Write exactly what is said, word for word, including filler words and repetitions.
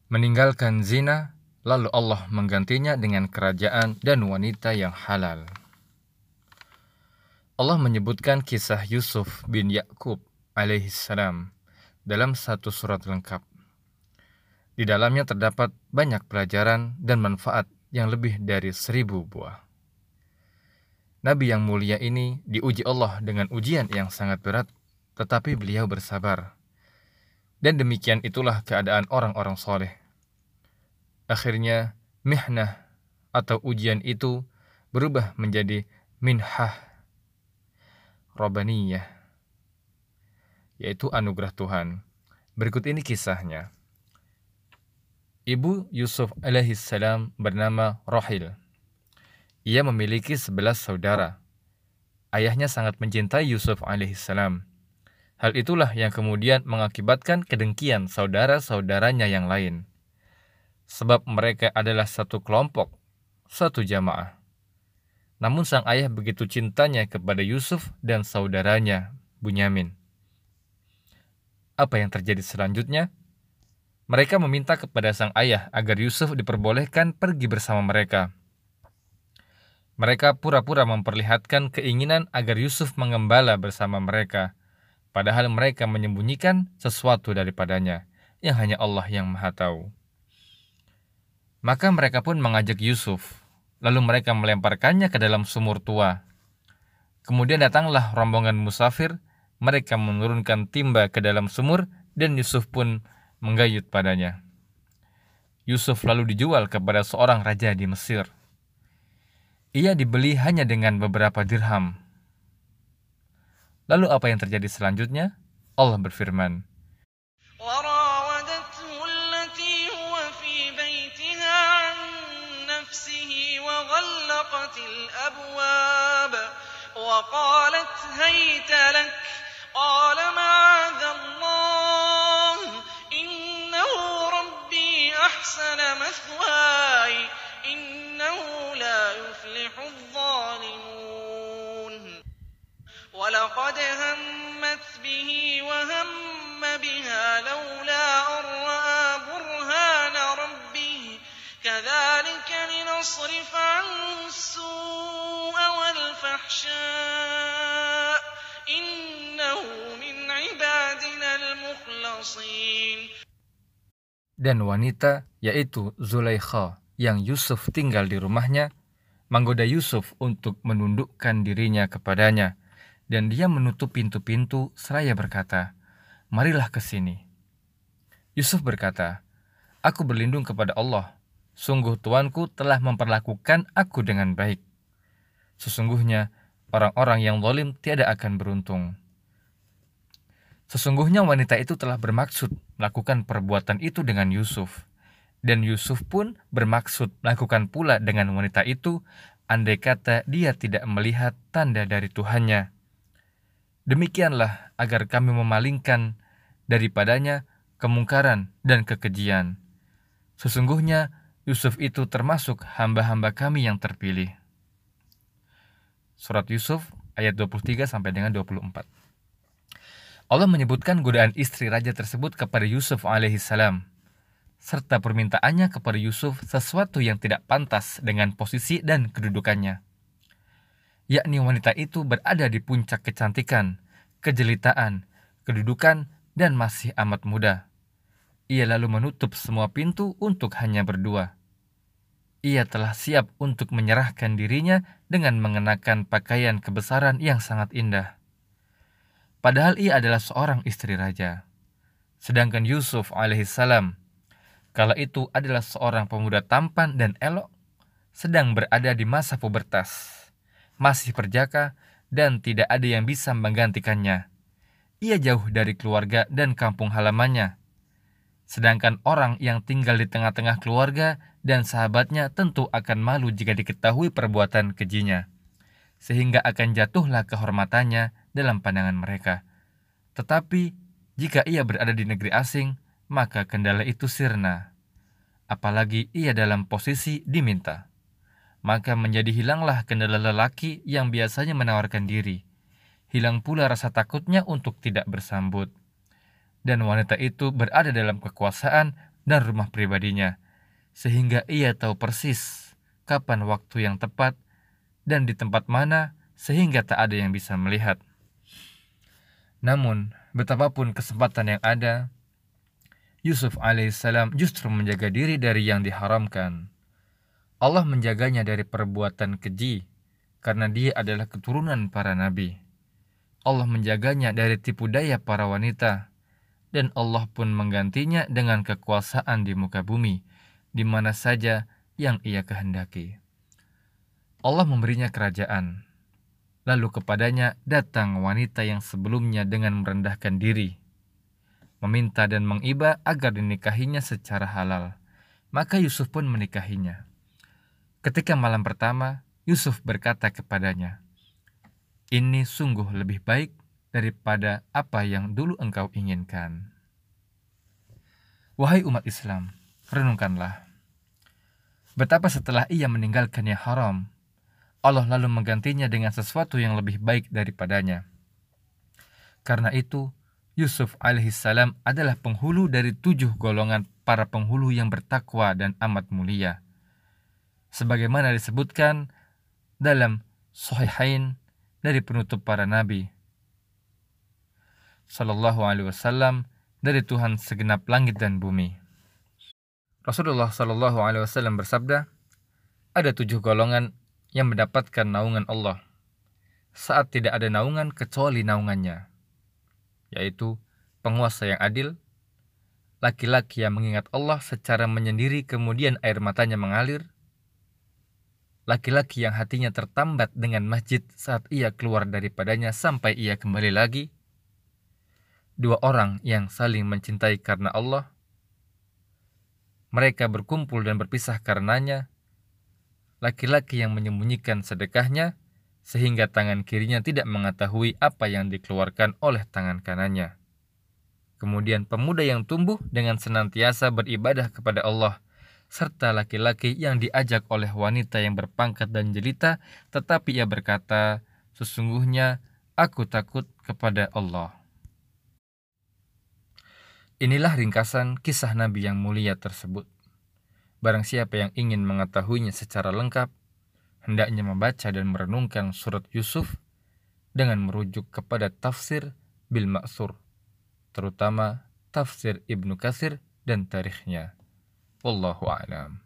meninggalkan zina, lalu Allah menggantinya dengan kerajaan dan wanita yang halal. Allah menyebutkan kisah Yusuf bin Yakub alaihissalam dalam satu surat lengkap. Di dalamnya terdapat banyak pelajaran dan manfaat yang lebih dari seribu buah. Nabi yang mulia ini diuji Allah dengan ujian yang sangat berat, tetapi beliau bersabar. Dan demikian itulah keadaan orang-orang soleh. Akhirnya, mihnah atau ujian itu berubah menjadi minhah Rabbaniyah, yaitu anugerah Tuhan. Berikut ini kisahnya. Ibu Yusuf alaihissalam bernama Rohil. Ia memiliki sebelas saudara. Ayahnya sangat mencintai Yusuf alaihissalam. Hal itulah yang kemudian mengakibatkan kedengkian saudara-saudaranya yang lain. Sebab mereka adalah satu kelompok, satu jamaah. Namun sang ayah begitu cintanya kepada Yusuf dan saudaranya, Bunyamin. Apa yang terjadi selanjutnya? Mereka meminta kepada sang ayah agar Yusuf diperbolehkan pergi bersama mereka. Mereka pura-pura memperlihatkan keinginan agar Yusuf mengembala bersama mereka, padahal mereka menyembunyikan sesuatu daripadanya, yang hanya Allah yang Maha Tahu. Maka mereka pun mengajak Yusuf, lalu mereka melemparkannya ke dalam sumur tua. Kemudian datanglah rombongan musafir, mereka menurunkan timba ke dalam sumur, dan Yusuf pun menggayut padanya. Yusuf lalu dijual kepada seorang raja di Mesir. Ia dibeli hanya dengan beberapa dirham. Lalu apa yang terjadi selanjutnya? Allah berfirman, وقالت هيت لك قال معاذ الله إنه ربي أحسن مثواي إنه لا يفلح الظالمون ولقد همت به وهم بها لولا أن رأى برهان ربه كذلك لنصرف عنه السوء والفحشاء إنه من عبادنا المخلصين. Dan wanita, yaitu Zulaikha, yang Yusuf tinggal di rumahnya, menggoda Yusuf untuk menundukkan dirinya kepadanya, dan dia menutup pintu-pintu seraya berkata, "Marilah ke sini." Yusuf berkata, "Aku berlindung kepada Allah. Sungguh tuanku telah memperlakukan aku dengan baik. Sesungguhnya orang-orang yang zalim tiada akan beruntung." Sesungguhnya wanita itu telah bermaksud melakukan perbuatan itu dengan Yusuf, dan Yusuf pun bermaksud melakukan pula dengan wanita itu, andai kata dia tidak melihat tanda dari Tuhannya. Demikianlah agar kami memalingkan daripadanya kemungkaran dan kekejian. Sesungguhnya Yusuf itu termasuk hamba-hamba kami yang terpilih. Surat Yusuf ayat dua puluh tiga sampai dengan dua puluh empat. Allah menyebutkan godaan istri raja tersebut kepada Yusuf alaihissalam, serta permintaannya kepada Yusuf sesuatu yang tidak pantas dengan posisi dan kedudukannya. Yakni wanita itu berada di puncak kecantikan, kejelitaan, kedudukan, dan masih amat muda. Ia lalu menutup semua pintu untuk hanya berdua. Ia telah siap untuk menyerahkan dirinya dengan mengenakan pakaian kebesaran yang sangat indah. Padahal ia adalah seorang istri raja. Sedangkan Yusuf alaihissalam, kala itu adalah seorang pemuda tampan dan elok, sedang berada di masa pubertas, masih perjaka, dan tidak ada yang bisa menggantikannya. Ia jauh dari keluarga dan kampung halamannya. Sedangkan orang yang tinggal di tengah-tengah keluarga dan sahabatnya tentu akan malu jika diketahui perbuatan kejinya, sehingga akan jatuhlah kehormatannya dalam pandangan mereka. Tetapi jika ia berada di negeri asing, maka kendala itu sirna. Apalagi ia dalam posisi diminta, maka menjadi hilanglah kendala lelaki yang biasanya menawarkan diri. Hilang pula rasa takutnya untuk tidak bersambut. Dan wanita itu berada dalam kekuasaan dan rumah pribadinya, sehingga ia tahu persis kapan waktu yang tepat dan di tempat mana sehingga tak ada yang bisa melihat. Namun, betapapun kesempatan yang ada, Yusuf alaihissalam justru menjaga diri dari yang diharamkan. Allah menjaganya dari perbuatan keji, karena dia adalah keturunan para nabi. Allah menjaganya dari tipu daya para wanita, dan Allah pun menggantinya dengan kekuasaan di muka bumi, di mana saja yang ia kehendaki. Allah memberinya kerajaan. Lalu kepadanya datang wanita yang sebelumnya dengan merendahkan diri, meminta dan mengiba agar dinikahinya secara halal. Maka Yusuf pun menikahinya. Ketika malam pertama, Yusuf berkata kepadanya, "Ini sungguh lebih baik daripada apa yang dulu engkau inginkan." Wahai umat Islam, renungkanlah. Betapa setelah ia meninggalkan yang haram, Allah lalu menggantinya dengan sesuatu yang lebih baik daripadanya. Karena itu, Yusuf alaihissalam adalah penghulu dari tujuh golongan para penghulu yang bertakwa dan amat mulia. Sebagaimana disebutkan dalam Sahihain dari penutup para nabi Sallallahu alaihi wasallam dari Tuhan segenap langit dan bumi. Rasulullah Sallallahu alaihi wasallam bersabda, ada tujuh golongan yang mendapatkan naungan Allah saat tidak ada naungan kecuali naungannya, yaitu penguasa yang adil, laki-laki yang mengingat Allah secara menyendiri kemudian air matanya mengalir, laki-laki yang hatinya tertambat dengan masjid saat ia keluar daripadanya sampai ia kembali lagi, dua orang yang saling mencintai karena Allah, mereka berkumpul dan berpisah karenanya, laki-laki yang menyembunyikan sedekahnya sehingga tangan kirinya tidak mengetahui apa yang dikeluarkan oleh tangan kanannya. Kemudian pemuda yang tumbuh dengan senantiasa beribadah kepada Allah, serta laki-laki yang diajak oleh wanita yang berpangkat dan jelita, tetapi ia berkata, sesungguhnya aku takut kepada Allah. Inilah ringkasan kisah Nabi yang mulia tersebut. Barang siapa yang ingin mengetahuinya secara lengkap, hendaknya membaca dan merenungkan surat Yusuf dengan merujuk kepada tafsir bil ma'thur, terutama tafsir Ibnu Katsir dan tarikhnya. Wallahu a'lam.